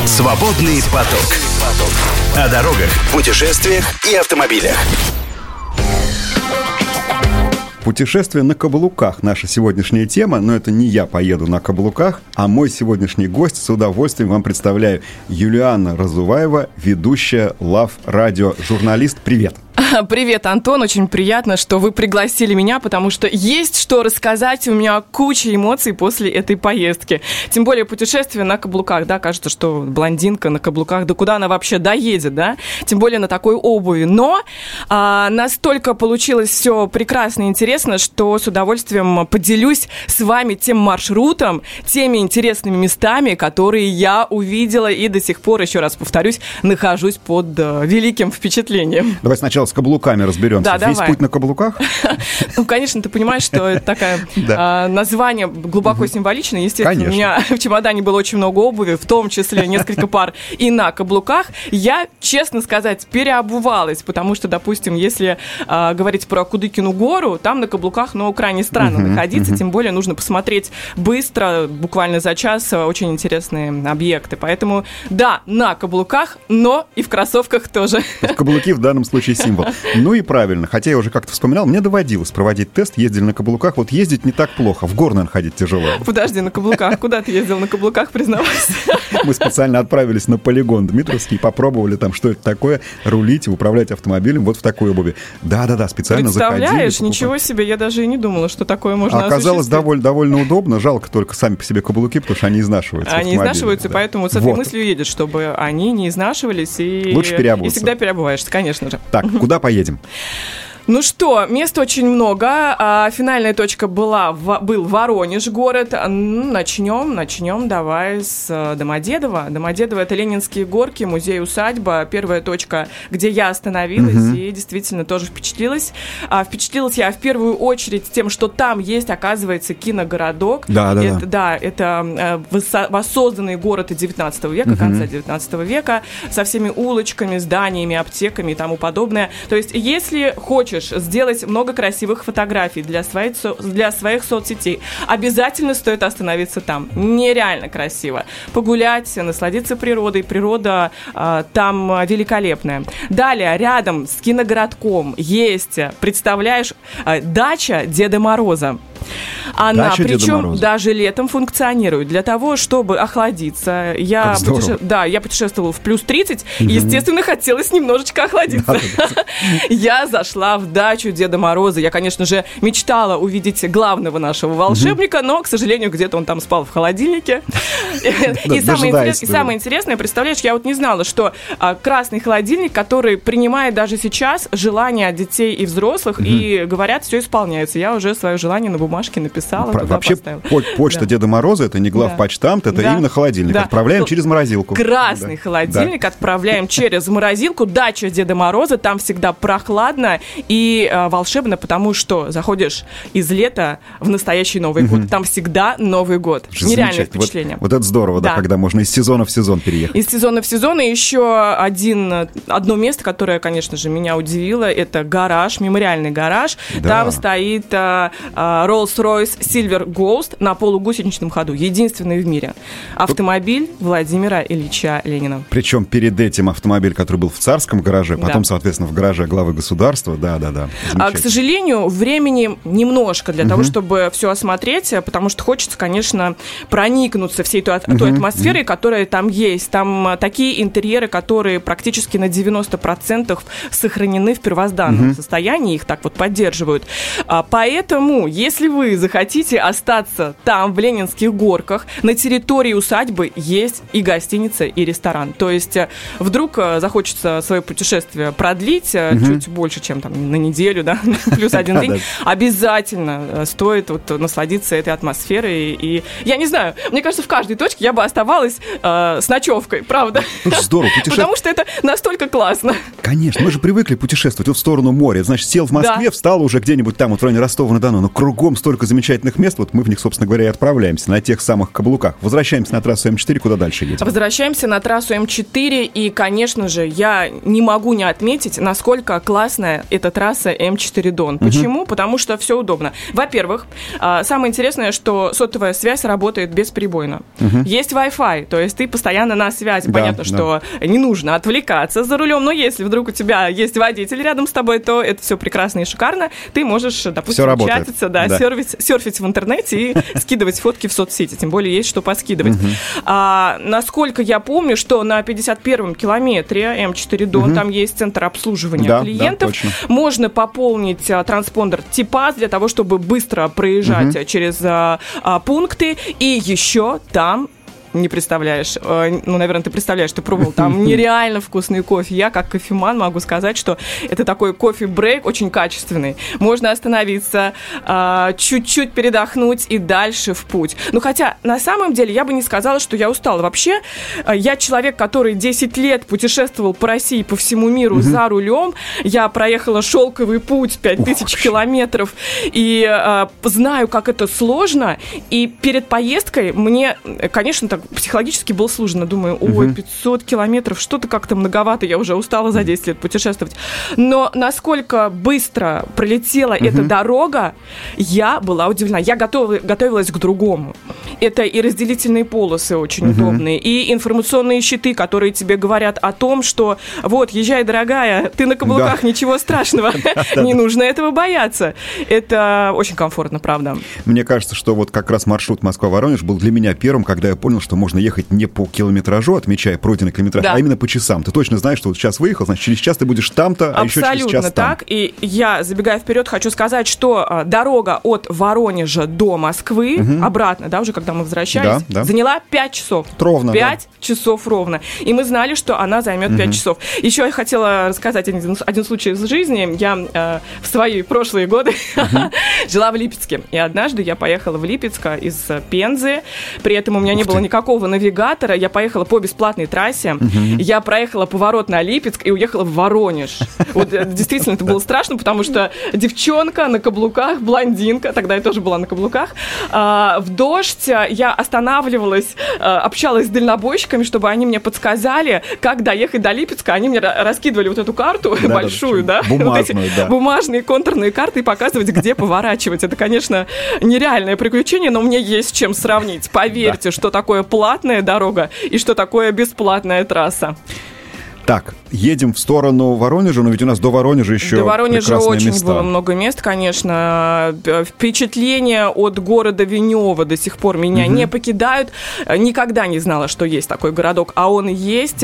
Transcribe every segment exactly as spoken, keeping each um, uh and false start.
Свободный поток. О дорогах, путешествиях и автомобилях. Путешествие на каблуках — наша сегодняшняя тема, но это не я поеду на каблуках, а мой сегодняшний гость. С удовольствием вам представляю Юлианна Разуваева, ведущая Love Radio, журналист. Привет! Привет, Антон, очень приятно, что вы пригласили меня, потому что есть что рассказать, у меня куча эмоций после этой поездки. Тем более путешествие на каблуках, да, кажется, что блондинка на каблуках, да куда она вообще доедет, да, тем более на такой обуви. Но а, настолько получилось все прекрасно и интересно, что с удовольствием поделюсь с вами тем маршрутом, теми интересными местами, которые я увидела и до сих пор, еще раз повторюсь, нахожусь под а, великим впечатлением. Давай сначала с каблуками разберемся. Да, Весь давай. Путь на каблуках? Ну, конечно, ты понимаешь, что это такое название глубоко символичное. Естественно, у меня в чемодане было очень много обуви, в том числе несколько пар и на каблуках. Я, честно сказать, переобувалась, потому что, допустим, если говорить про Кудыкину гору, там на каблуках, ну, крайне странно находиться, тем более нужно посмотреть быстро, буквально за час, очень интересные объекты. Поэтому, да, на каблуках, но и в кроссовках тоже. Каблуки в данном случае символ. Ну и правильно. Хотя я уже как-то вспоминал, мне доводилось проводить тест, ездили на каблуках. Вот ездить не так плохо, в горы, наверное, ходить тяжело. Подожди, на каблуках? Куда ты ездил на каблуках, признавайся? Мы специально отправились на полигон Дмитровский, попробовали там, что это такое, рулить и управлять автомобилем вот в такой обуви. Да-да-да, специально заходили. Представляешь, ничего себе, я даже и не думала, что такое можно осуществить. Оказалось довольно, довольно удобно, жалко только сами по себе каблуки, потому что они изнашиваются. Они изнашиваются, да. Поэтому с этой вот. мыслью едешь, чтобы они не изнашивались. И... Лучше переобуться. И всегда переобуваешься, конечно же. Так, куда поедем? Ну что, мест очень много. А, финальная точка была, в, был Воронеж город. Ну, начнем, начнем давай с Домодедово. Домодедово — это Ленинские горки, музей-усадьба. Первая точка, где я остановилась, угу. и действительно тоже впечатлилась. А, впечатлилась я в первую очередь тем, что там есть, оказывается, киногородок. Да, да, это, да. Да, это э, воссозданный город девятнадцатого века, угу. конца девятнадцатого века, со всеми улочками, зданиями, аптеками и тому подобное. То есть, если хочешь сделать много красивых фотографий для своих, для своих соцсетей, обязательно стоит остановиться там. Нереально красиво. Погулять, насладиться природой. Природа э, там великолепная. Далее, рядом с киногородком есть, представляешь, э, дача Деда Мороза. Она, Дача причем, даже летом фуnkционирует для того, чтобы охладиться. Я, путеше... да, я путешествовала в плюс тридцать, угу. и, естественно, хотелось немножечко охладиться. Да, да, да. Я зашла в дачу Деда Мороза. Я, конечно же, мечтала увидеть главного нашего волшебника, угу. но, к сожалению, где-то он там спал в холодильнике. И самое интересное, представляешь, я вот не знала, что красный холодильник, который принимает даже сейчас желания детей и взрослых, и, говорят, все исполняется. Я уже свое желание на бумажке написала. Про- вообще по- почта да. Деда Мороза — это не главпочтамт, это да. именно холодильник. Да. Отправляем да. через морозилку. Красный да. холодильник да. отправляем через морозилку. Дача Деда Мороза, там всегда прохладно и э, волшебно, потому что заходишь из лета в настоящий Новый угу. год. Там всегда Новый год. Нереальное впечатление. Вот, вот это здорово, да. да, когда можно из сезона в сезон переехать. Из сезона в сезон. И еще один, одно место, которое, конечно же, меня удивило, это гараж, мемориальный гараж. Да. Там стоит э, э, Rolls-Royce Silver Ghost на полугусеничном ходу. Единственный в мире. Автомобиль Владимира Ильича Ленина. Причем перед этим автомобиль, который был в царском гараже, потом, да. соответственно, в гараже главы государства. Да, да, да. А, к сожалению, времени немножко для угу. того, чтобы все осмотреть, потому что хочется, конечно, проникнуться всей той, угу. той атмосферой, угу. которая там есть. Там такие интерьеры, которые практически на девяносто процентов сохранены в первозданном угу. состоянии, их так вот поддерживают. А, поэтому, если вы захотите остаться там, в Ленинских горках, на территории усадьбы есть и гостиница, и ресторан. То есть вдруг захочется свое путешествие продлить угу. чуть больше, чем там на неделю, да, плюс один день, обязательно стоит вот насладиться этой атмосферой. И я не знаю, мне кажется, в каждой точке я бы оставалась э, с ночевкой, правда? Здорово, путешествие. Потому что это настолько классно. Конечно, мы же привыкли путешествовать вот в сторону моря. Значит, сел в Москве, да. встал уже где-нибудь там, вот в районе Ростова-на-Дону, но кругом столько замечательных замечательных мест, вот мы в них, собственно говоря, и отправляемся, на тех самых каблуках. Возвращаемся на трассу эм четыре, куда дальше едем? Возвращаемся на трассу эм четыре, и, конечно же, я не могу не отметить, насколько классная эта трасса эм четыре Дон. Почему? Uh-huh. Потому что все удобно. Во-первых, самое интересное, что сотовая связь работает бесперебойно. Uh-huh. Есть Wi-Fi, то есть ты постоянно на связи. Да, понятно, да. что не нужно отвлекаться за рулем, но если вдруг у тебя есть водитель рядом с тобой, то это все прекрасно и шикарно. Ты можешь, допустим, чатиться, да, да. Серфить, серфить в интернете и скидывать фотки в соцсети, тем более есть что поскидывать. Uh-huh. А, насколько я помню, что на пятьдесят первом километре эм четыре Дон, uh-huh. там есть центр обслуживания да, клиентов. Да, можно пополнить а, транспондер Типаз для того, чтобы быстро проезжать uh-huh. через а, а, пункты. И еще там... Не представляешь. Ну, наверное, ты представляешь, ты пробовал там нереально вкусный кофе. Я, как кофеман, могу сказать, что это такой кофе-брейк очень качественный. Можно остановиться, чуть-чуть передохнуть и дальше в путь. Ну, хотя, на самом деле, я бы не сказала, что я устала. Вообще, я человек, который десять лет путешествовал по России, по всему миру mm-hmm. за рулем. Я проехала шелковый путь пять тысяч километров и а, знаю, как это сложно. И перед поездкой мне, конечно, так психологически было сложно. Думаю, ой, пятьсот километров, что-то как-то многовато, я уже устала за десять лет путешествовать. Но насколько быстро пролетела uh-huh. эта дорога, я была удивлена. Я готова, готовилась к другому. Это и разделительные полосы очень uh-huh. удобные, и информационные щиты, которые тебе говорят о том, что вот, езжай, дорогая, ты на каблуках, да. ничего страшного, не нужно этого бояться. Это очень комфортно, правда. Мне кажется, что вот как раз маршрут Москва-Воронеж был для меня первым, когда я понял, что можно ехать не по километражу, отмечая пройденный километраж, да. а именно по часам. Ты точно знаешь, что вот сейчас выехал, значит, через час ты будешь там-то, а еще через час там. Абсолютно так. И я, забегая вперед, хочу сказать, что а, дорога от Воронежа до Москвы, угу. обратно, да, уже когда мы возвращались, да, да. заняла пять часов. Ровно, пять да. часов ровно. И мы знали, что она займет угу. пять часов. Еще я хотела рассказать один, один случай из жизни. Я э, в свои прошлые годы угу. жила в Липецке. И однажды я поехала в Липецк из Пензы. При этом у меня Ух не ты. было никакого навигатора. Я поехала по бесплатной трассе. Угу. Я проехала поворот на Липецк и уехала в Воронеж. Вот действительно, это было страшно, потому что девчонка на каблуках, блондинка, тогда я тоже была на каблуках, в дождь. Я останавливалась, общалась с дальнобойщиками, чтобы они мне подсказали, как доехать до Липецка. Они мне раскидывали вот эту карту да, большую, да, да бумажную, вот эти да. бумажные контурные карты и показывать, где поворачивать. Это, конечно, нереальное приключение, но мне есть с чем сравнить. Поверьте, да. что такое платная дорога и что такое бесплатная трасса. Так, едем в сторону Воронежа, но ведь у нас до Воронежа еще До Воронежа очень места. было много мест, конечно. Впечатления от города Венева до сих пор меня угу. не покидают. Никогда не знала, что есть такой городок, а он есть.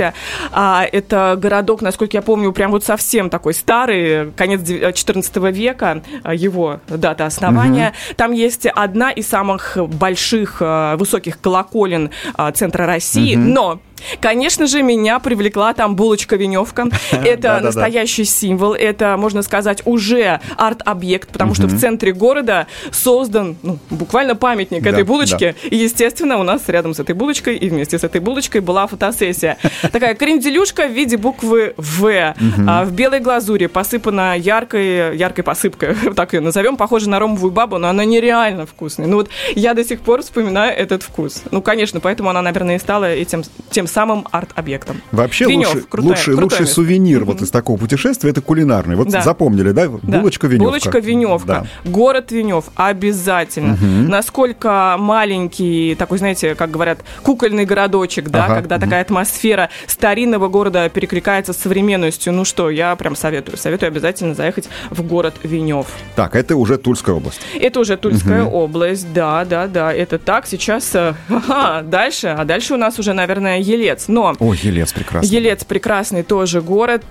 Это городок, насколько я помню, прям вот совсем такой старый, конец четырнадцатого века, его дата основания. Угу. Там есть одна из самых больших, высоких колоколен центра России, угу. но... Конечно же, меня привлекла там булочка-веневка. Это настоящий символ. Это, можно сказать, уже арт-объект, потому что в центре города создан ну, буквально памятник этой булочке. И, естественно, у нас рядом с этой булочкой и вместе с этой булочкой была фотосессия. Такая кренделюшка в виде буквы «В». В белой глазури, посыпана яркой, яркой посыпкой, так ее назовем, похожа на ромовую бабу, но она нереально вкусная. Ну вот я до сих пор вспоминаю этот вкус. Ну, конечно, поэтому она, наверное, и стала этим тем самым арт-объектом. Вообще Венев, лучший, крутая, лучший, лучший сувенир mm-hmm. вот из такого путешествия — это кулинарный. Вот да. запомнили, да? да. Булочка-веневка. Булочка-веневка. Да. Город Венев. Обязательно. Mm-hmm. Насколько маленький, такой, знаете, как говорят, кукольный городочек, да, ага. когда mm-hmm. такая атмосфера старинного города перекликается с современностью. Ну что, я прям советую. Советую обязательно заехать в город Венев. Так, это уже Тульская область. Это уже Тульская mm-hmm. область, да, да, да. Это так. Сейчас ага, дальше. А дальше у нас уже, наверное, Елец. Но О, Елец прекрасный. Елец прекрасный тоже город.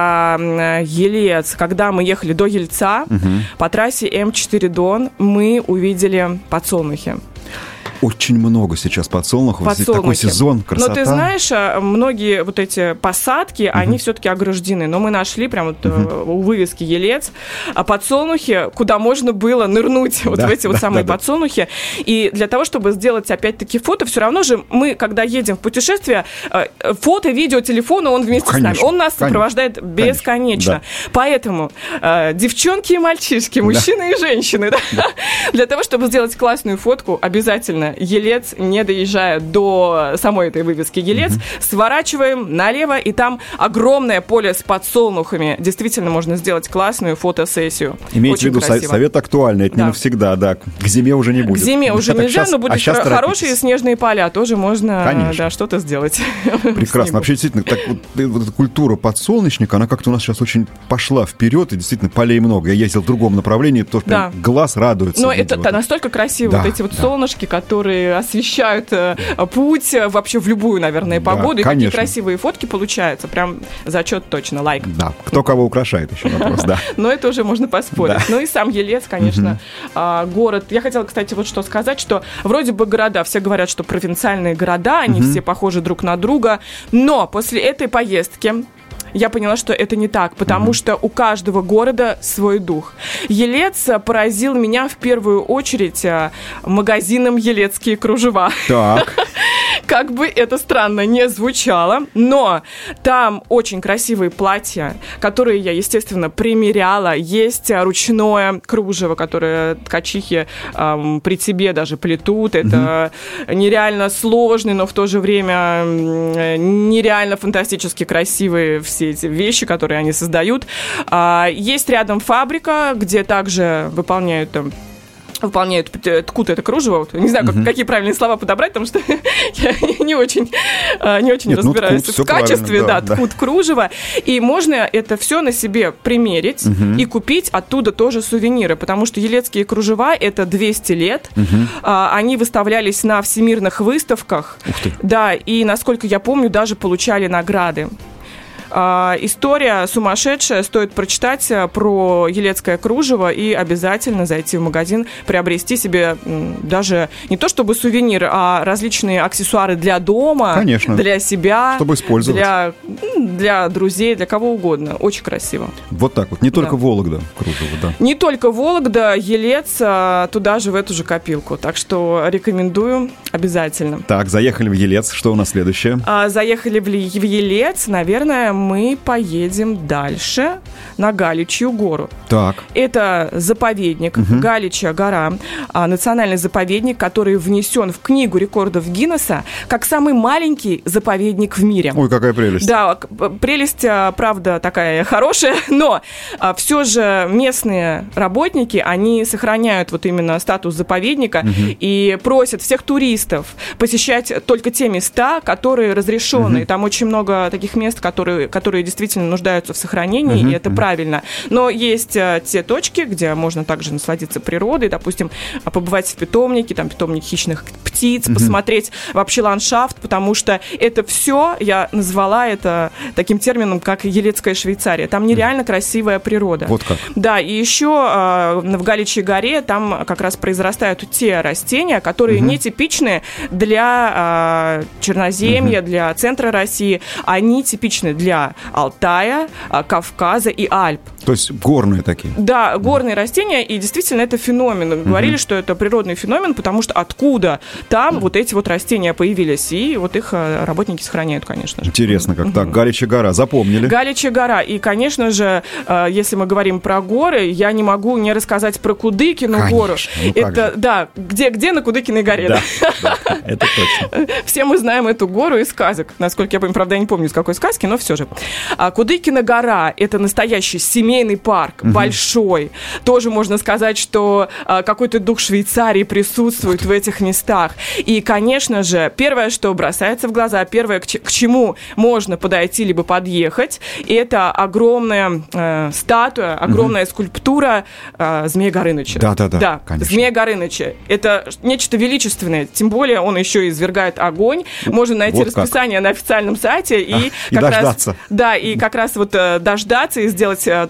Елец, когда мы ехали до Ельца, угу. по трассе эм четыре Дон мы увидели подсолнухи. очень много сейчас подсолнухов. Подсолнухи. Такой сезон, красота. Но ты знаешь, многие вот эти посадки, uh-huh. они все-таки ограждены. Но мы нашли прям вот uh-huh. у вывески Елец подсолнухи, куда можно было нырнуть да, вот в эти да, вот самые да, подсолнухи. Да. И для того, чтобы сделать опять-таки фото, все равно же мы, когда едем в путешествие, фото, видео, телефон, он вместе конечно, с нами. Он нас конечно, сопровождает бесконечно. Да. Поэтому э, девчонки и мальчишки, мужчины да. и женщины, да? Да. Для того, чтобы сделать классную фотку, обязательно Елец, не доезжая до самой этой вывески Елец, угу. сворачиваем налево, и там огромное поле с подсолнухами. Действительно можно сделать классную фотосессию. Имейте в виду, красиво. Совет актуальный, это да. не навсегда, да. К зиме уже не будет. К зиме уже а нельзя, сейчас, но будут а хор- хорошие снежные поля, тоже можно да, что-то сделать. Прекрасно. Вообще, действительно, так, вот, вот эта культура подсолнечника, она как-то у нас сейчас очень пошла вперед, и действительно полей много. Я ездил в другом направлении, тоже да. прям глаз радуется. Но это вот настолько красиво, да, вот эти вот да. солнышки, которые освещают э, путь вообще в любую, наверное, погоду. Да, и конечно. Такие красивые фотки получаются. Прям зачет точно, лайк. Да, кто кого украшает, еще вопрос, да. Но это уже можно поспорить. Ну и сам Елец, конечно, город. Я хотела, кстати, вот что сказать, что вроде бы города, все говорят, что провинциальные города, они все похожи друг на друга, но после этой поездки я поняла, что это не так, потому mm-hmm. что у каждого города свой дух. Елец поразил меня в первую очередь магазином «Елецкие кружева». Так. Как бы это странно не звучало, но там очень красивые платья, которые я, естественно, примеряла. Есть ручное кружево, которое ткачихи эм, при тебе даже плетут. Это mm-hmm. нереально сложные, но в то же время нереально фантастически красивые все эти вещи, которые они создают. А, есть рядом фабрика, где также выполняют там выполняют, ткут это кружево. Не знаю, как, uh-huh. какие правильные слова подобрать, потому что я не очень, не очень Нет, разбираюсь ну, ткут, в качестве, да, да, ткут кружева. И можно это все на себе примерить uh-huh. и купить оттуда тоже сувениры, потому что елецкие кружева — это двести лет. Uh-huh. Они выставлялись на всемирных выставках. Ух ты. Да, и, насколько я помню, даже получали награды. Uh, история сумасшедшая, стоит прочитать про елецкое кружево и обязательно зайти в магазин, приобрести себе м, даже не то чтобы сувенир, а различные аксессуары для дома, конечно, для себя, чтобы использовать. Для, для друзей, для кого угодно. Очень красиво. Вот так вот, не только да. Вологда кружево, да. Не только Вологда, Елец, туда же, в эту же копилку. Так что рекомендую обязательно. Так, заехали в Елец, что у нас следующее? Uh, заехали в, в Елец, наверное, мы поедем дальше на Галичью гору. Так. Это заповедник, угу. Галичья гора, национальный заповедник, который внесен в Книгу рекордов Гиннесса как самый маленький заповедник в мире. Ой, какая прелесть. Да, прелесть, правда, такая хорошая, но все же местные работники, они сохраняют вот именно статус заповедника угу. и просят всех туристов посещать только те места, которые разрешены. Угу. Там очень много таких мест, которые которые действительно нуждаются в сохранении, uh-huh, и это uh-huh. правильно. Но есть а, те точки, где можно также насладиться природой, допустим, побывать в питомнике, там питомник хищных птиц, uh-huh. посмотреть вообще ландшафт, потому что это все, я назвала это таким термином, как Елецкая Швейцария. Там нереально uh-huh. красивая природа. Вот как. Да, и еще а, в Галичьей горе там как раз произрастают те растения, которые uh-huh. нетипичны для а, Черноземья, uh-huh. для центра России. Они типичны для Алтая, Кавказа и Альп. То есть горные такие? Да, горные растения, и действительно это феномен. Говорили, uh-huh. что это природный феномен, потому что откуда там uh-huh. вот эти вот растения появились, и вот их работники сохраняют, конечно же. Интересно, как uh-huh. так. Галичья гора, запомнили? Галичья гора. И, конечно же, если мы говорим про горы, я не могу не рассказать про Кудыкину конечно. Гору. Ну, это, да, где, где на Кудыкиной горе. Да, да, это точно. Все мы знаем эту гору из сказок. Насколько я помню, правда, я не помню, из какой сказки, но все же. Кудыкина гора – это настоящий семейный парк, угу. большой. Тоже можно сказать, что а, какой-то дух Швейцарии присутствует в этих местах. И, конечно же, первое, что бросается в глаза, первое, к, ч- к чему можно подойти либо подъехать, это огромная э, статуя, огромная угу. скульптура э, Змея Горыныча. Да-да-да, да, конечно. Змея Горыныча. Это нечто величественное, тем более он еще извергает огонь. Можно найти вот расписание как. На официальном сайте и, а, как и дождаться. Раз, да, и как раз вот э, дождаться и сделать э,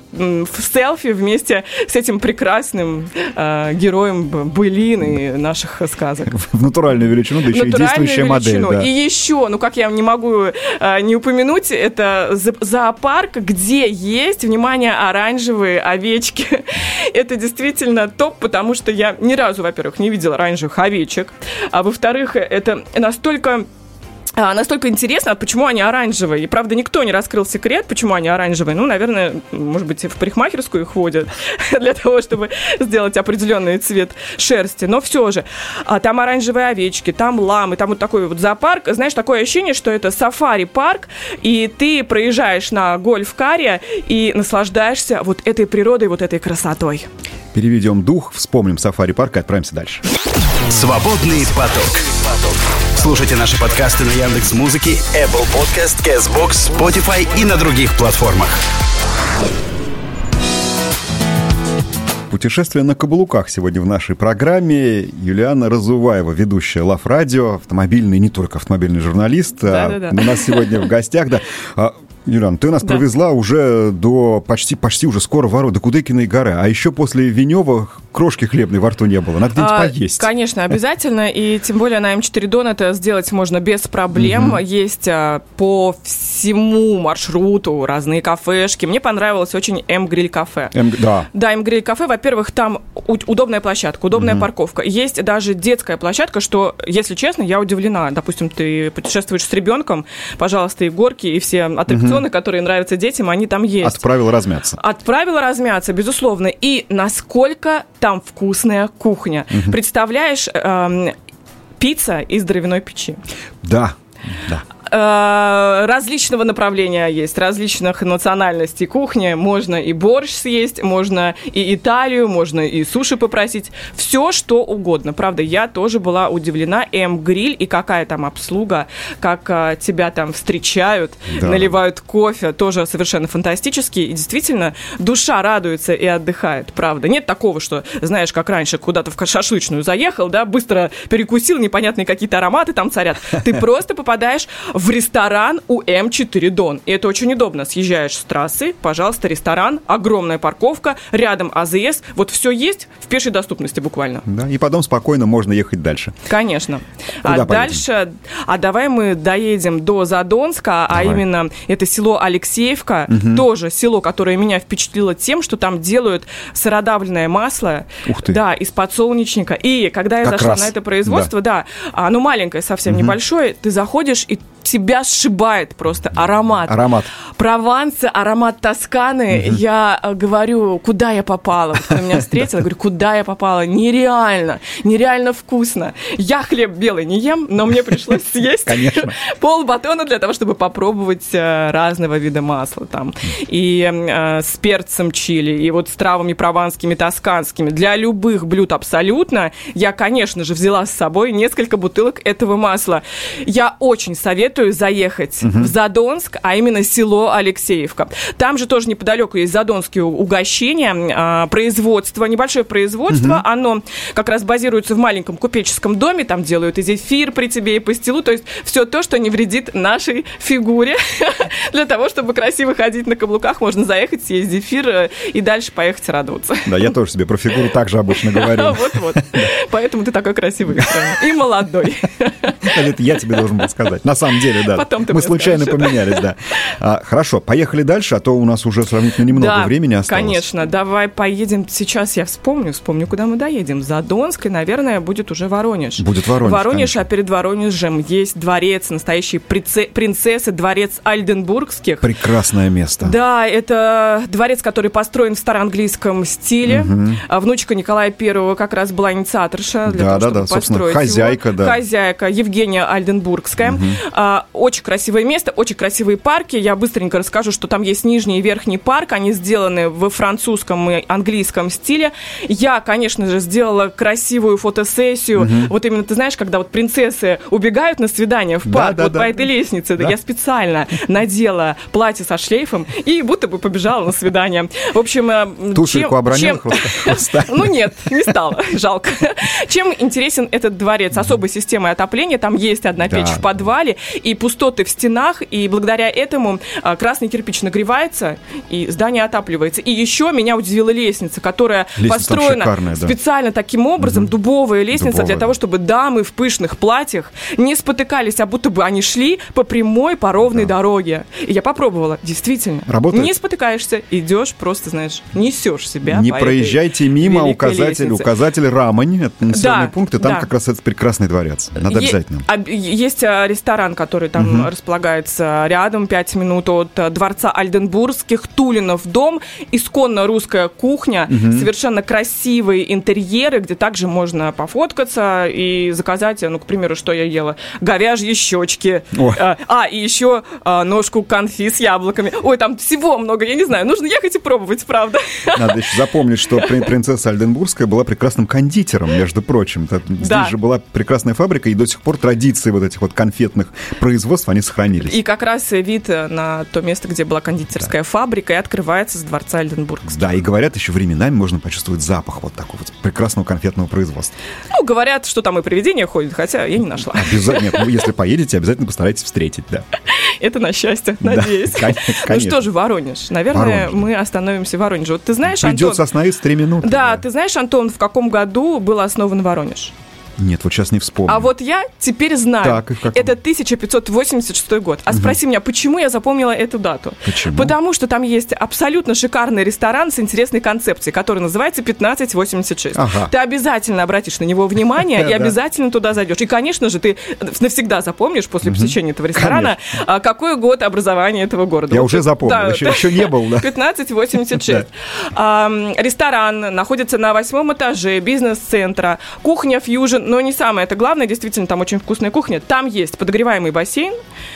в селфи вместе с этим прекрасным э, героем былин и наших сказок. В натуральную величину, да еще и действующая модель. Да. И еще, ну как я не могу э, не упомянуть, это зоопарк, где есть, внимание, оранжевые овечки. Это действительно топ, потому что я ни разу, во-первых, не видела оранжевых овечек, а во-вторых, это настолько... А, настолько интересно, почему они оранжевые. И, правда, никто не раскрыл секрет, почему они оранжевые. Ну, наверное, может быть, в парикмахерскую их ходят для того, чтобы сделать определенный цвет шерсти. Но все же, а, там оранжевые овечки, там ламы, там вот такой вот зоопарк. Знаешь, такое ощущение, что это сафари-парк, и ты проезжаешь на гольф-каре и наслаждаешься вот этой природой, вот этой красотой. Переведем дух, вспомним сафари-парк и отправимся дальше. Свободный поток. Слушайте наши подкасты на Яндекс.Музыке, Apple Podcast, Castbox, Spotify и на других платформах. Путешествие на каблуках сегодня в нашей программе. Юлиана Разуваева, ведущая Love Radio, автомобильный, не только автомобильный журналист. Да-да-да. У нас сегодня в гостях, да. Юлиан, ты нас да. провезла уже до почти, почти уже скоро ворот, до Кудыкиной горы. А еще после Венева крошки хлебной во рту не было. Надо где-нибудь а, поесть. Конечно, обязательно. И тем более на эм четыре Дон это сделать можно без проблем. Угу. Есть а, по всему маршруту разные кафешки. Мне понравилось очень М-гриль кафе. М, да. Да, М-гриль кафе. Во-первых, там у- удобная площадка, удобная угу. парковка. Есть даже детская площадка, что, если честно, я удивлена. Допустим, ты путешествуешь с ребенком, пожалуйста, и горки, и все аттракционы, угу. которые нравятся детям, они там есть. Отправила размяться. Отправила размяться, безусловно. И насколько там вкусная кухня. Угу. Представляешь, эм, пицца из дровяной печи. Да, да. Различного направления есть, различных национальностей кухни. Можно и борщ съесть, можно и Италию, можно и суши попросить. Все, что угодно. Правда, я тоже была удивлена. М-гриль и какая там обслуга, как а, тебя там встречают, да. наливают кофе. Тоже совершенно фантастически. И действительно, душа радуется и отдыхает. Правда. Нет такого, что, знаешь, как раньше, куда-то в шашлычную заехал, да, быстро перекусил, непонятные какие-то ароматы там царят. Ты просто попадаешь в ресторан у эм четыре Дон. И это очень удобно. Съезжаешь с трассы, пожалуйста, ресторан, огромная парковка, рядом а зэ эс. Вот все есть в пешей доступности буквально. Да, и потом спокойно можно ехать дальше. Конечно. Куда а дальше, а давай мы доедем до Задонска, давай. А именно это село Алексеевка, угу. тоже село, которое меня впечатлило тем, что там делают сыродавленное масло. Ух ты. Да, из подсолнечника. И когда я как зашла раз. на это производство, да, да оно маленькое, совсем угу. небольшое, ты заходишь и тебя сшибает просто аромат. Аромат. Прованса, аромат Тосканы. Угу. Я говорю, куда я попала? Вот, кто меня встретил, я говорю, куда я попала? Нереально, нереально вкусно. Я хлеб белый не ем, но мне пришлось съесть пол батона для того, чтобы попробовать разного вида масла там. И э, с перцем чили, и вот с травами прованскими, тосканскими. Для любых блюд абсолютно. Я, конечно же, взяла с собой несколько бутылок этого масла. Я очень советую заехать uh-huh. в Задонск, а именно село Алексеевка. Там же тоже неподалеку есть задонские угощения, производство, небольшое производство. Uh-huh. Оно как раз базируется в маленьком купеческом доме. Там делают и зефир при тебе, и пастилу. То есть все то, что не вредит нашей фигуре. Для того, чтобы красиво ходить на каблуках, можно заехать, съесть зефир и дальше поехать радоваться. Да, я тоже себе про фигуру так же обычно говорю. Вот-вот. Поэтому ты такой красивый и молодой. Это я тебе должен был сказать. На самом деле, да. Потом ты мы случайно скажешь. Поменялись, да. А, хорошо, поехали дальше, а то у нас уже сравнительно немного да, времени осталось. Конечно, давай поедем. Сейчас я вспомню, вспомню, куда мы доедем. Задонск, и, наверное, будет уже Воронеж. Будет Воронеж, Воронеж, конечно. А перед Воронежем есть дворец настоящей принцессы, дворец Альденбургских. Прекрасное место. Да, это дворец, который построен в староанглийском стиле. Угу. Внучка Николая Первого как раз была инициаторша для да, того, да, чтобы да, построить хозяйка, его. Да. Хозяйка Евгения Альденбургская. Угу. Очень красивое место, очень красивые парки. Я быстренько расскажу, что там есть нижний и верхний парк. Они сделаны во французском и английском стиле. Я, конечно же, сделала красивую фотосессию. Угу. Вот именно, ты знаешь, когда вот принцессы убегают на свидание в парк, да, да, вот да, по этой лестнице, да. я специально надела платье со шлейфом и будто бы побежала на свидание. В общем, туфельку обронила? Ну нет, не стала, жалко. Чем интересен этот дворец? Особой системой отопления. там есть одна Да. печь в подвале, и пустоты в стенах, и благодаря этому а, красный кирпич нагревается, и здание отапливается. И еще меня удивила лестница, которая Лестница построена шикарная, да. специально таким образом, угу. дубовая лестница, Дубовая. для того, чтобы дамы в пышных платьях не спотыкались, а будто бы они шли по прямой, по ровной да. дороге. И я попробовала, действительно. Работает? Не спотыкаешься, идешь, просто, знаешь, несешь себя. Не по проезжайте этой мимо указатель, лестнице. указатель Рамань, это населенный Да, пункт, и там да. как раз этот прекрасный дворец. Надо Е- обязательно. об- Есть а, ресторан, который там Угу. располагается рядом, пять минут от а, дворца Альденбургских, Тулинов дом, исконно русская кухня, Угу. совершенно красивые интерьеры, где также можно пофоткаться и заказать, ну, к примеру, что я ела, говяжьи щечки, Ой. а, а, и еще а, ножку конфи с яблоками. Ой, там всего много, я не знаю, нужно ехать и пробовать, правда. Надо еще запомнить, что при- принцесса Альденбургская была прекрасным кондитером, между прочим. Та- Здесь Да. же была прекрасная фабрика, и до сих пор традиции вот этих вот конфетных производств, они сохранились. И как раз вид на то место, где была кондитерская фабрика, и открывается с дворца Альденбургского. Да, и говорят, еще временами можно почувствовать запах вот такого вот прекрасного конфетного производства. Ну, говорят, что там и привидения ходят, хотя я не нашла. Обязательно, нет, ну, если поедете, обязательно постарайтесь встретить, да. Это на счастье, Да, надеюсь. кон- Ну конечно. что же, Воронеж. Наверное, Воронеж, да. мы остановимся в Воронеже. Вот ты знаешь, Антон... Придется остановиться три минуты. Да, ты знаешь, Антон, в каком году был основан Воронеж? Нет, вот сейчас не вспомню. А вот я теперь знаю. Так, и в каком? Это тысяча пятьсот восемьдесят шестой год. А спроси меня, почему я запомнила эту дату? Почему? Потому что там есть абсолютно шикарный ресторан с интересной концепцией, который называется пятнадцать восемьдесят шесть. Ага. Ты обязательно обратишь на него внимание и Да. обязательно туда зайдешь. И, конечно же, ты навсегда запомнишь после посещения этого ресторана, а, какой год образования этого города. Я Вот уже ты- запомнил, да, еще, да. еще не был, да. пятнадцать восемьдесят шесть. Ам, Ресторан находится на восьмом этаже бизнес-центра. Кухня фьюжн, но не самое это главное, действительно, там очень вкусная кухня. Там есть подогреваемый бассейн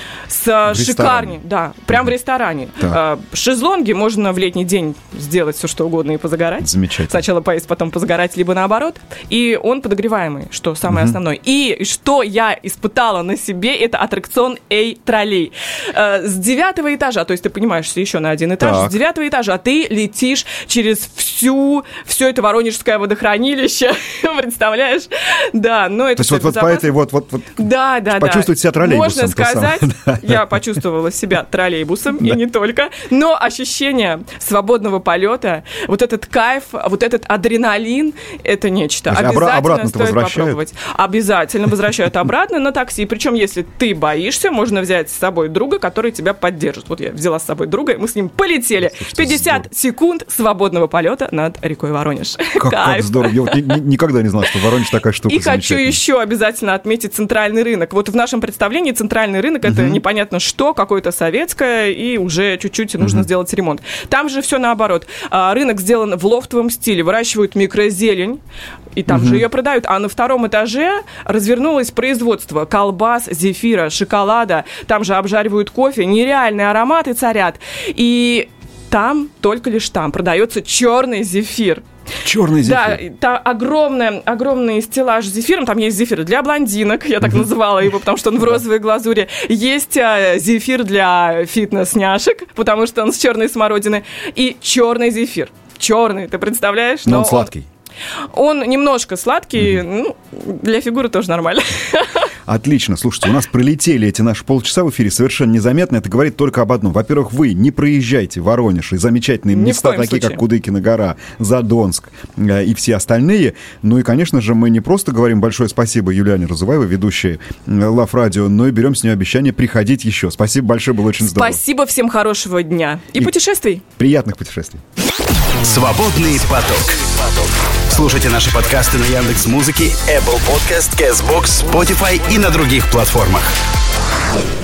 с В шикарней, ресторане? да, прям в ресторане. Так. А, шезлонги, можно в летний день сделать все, что угодно и позагорать. Замечательно. Сначала поесть, потом позагорать, либо наоборот. И он подогреваемый, что самое основное. И что я испытала на себе, это аттракцион Эй-троллей. Э, С девятого этажа, то есть ты понимаешь, что еще на один этаж, Так. с девятого этажа ты летишь через всю, все это Воронежское водохранилище, представляешь? Да, но это То есть всё вот, вот по безопасно. этой вот, вот, вот Да, да, да. почувствовать себя троллейбусом, Можно то самое. сказать, я почувствовала себя троллейбусом, и не только. Но ощущение свободного полета, вот этот кайф, вот этот адреналин, это нечто. То есть обра- Обязательно обратно-то стоит возвращают? попробовать. Обязательно возвращают обратно на такси. Причем, если ты боишься, можно взять с собой друга, который тебя поддержит. Вот я взяла с собой друга, и мы с ним полетели. Слушайте, пятьдесят здорово. секунд свободного полета над рекой Воронеж. как, как Кайф. здорово. Я вот ни- ни- никогда не знал, что Воронеж такая штука И хочу замечательная. еще обязательно отметить центральный рынок. Вот в нашем представлении центральный рынок это непонятно что, какое-то советское, и уже чуть-чуть нужно сделать ремонт. Там же все наоборот. А, Рынок сделан в лофтовом стиле, выращивают микрозелень, и там же ее продают. А на втором этаже развернулось производство колбас, зефира, шоколада. Там же обжаривают кофе, нереальные ароматы царят. И там, только лишь там, продается черный зефир. Черный зефир. Да, там огромный, огромный стеллаж с зефиром. Там есть зефир для блондинок, я так называла его, потому что он в розовой глазури. Есть а, зефир для фитнес-няшек, потому что он с черной смородины. И черный зефир. Черный, ты представляешь? Но он сладкий. Он немножко сладкий, ну, для фигуры тоже нормально. Отлично. Слушайте, у нас пролетели эти наши полчаса в эфире совершенно незаметно. Это говорит только об одном. Во-первых, вы не проезжайте Воронеж и замечательные Ни в места, коем такие случае. как Кудыкина гора, Задонск э, и все остальные. Ну и, конечно же, мы не просто говорим большое спасибо Юлиане Разуваевой, ведущей Love Radio, но и берем с нее обещание приходить еще. Спасибо большое, было очень здорово. Спасибо, всем хорошего дня. И, И- путешествий. Приятных путешествий. Свободный поток. Слушайте наши подкасты на Яндекс.Музыке, Apple Podcast, Castbox, Spotify и на других платформах.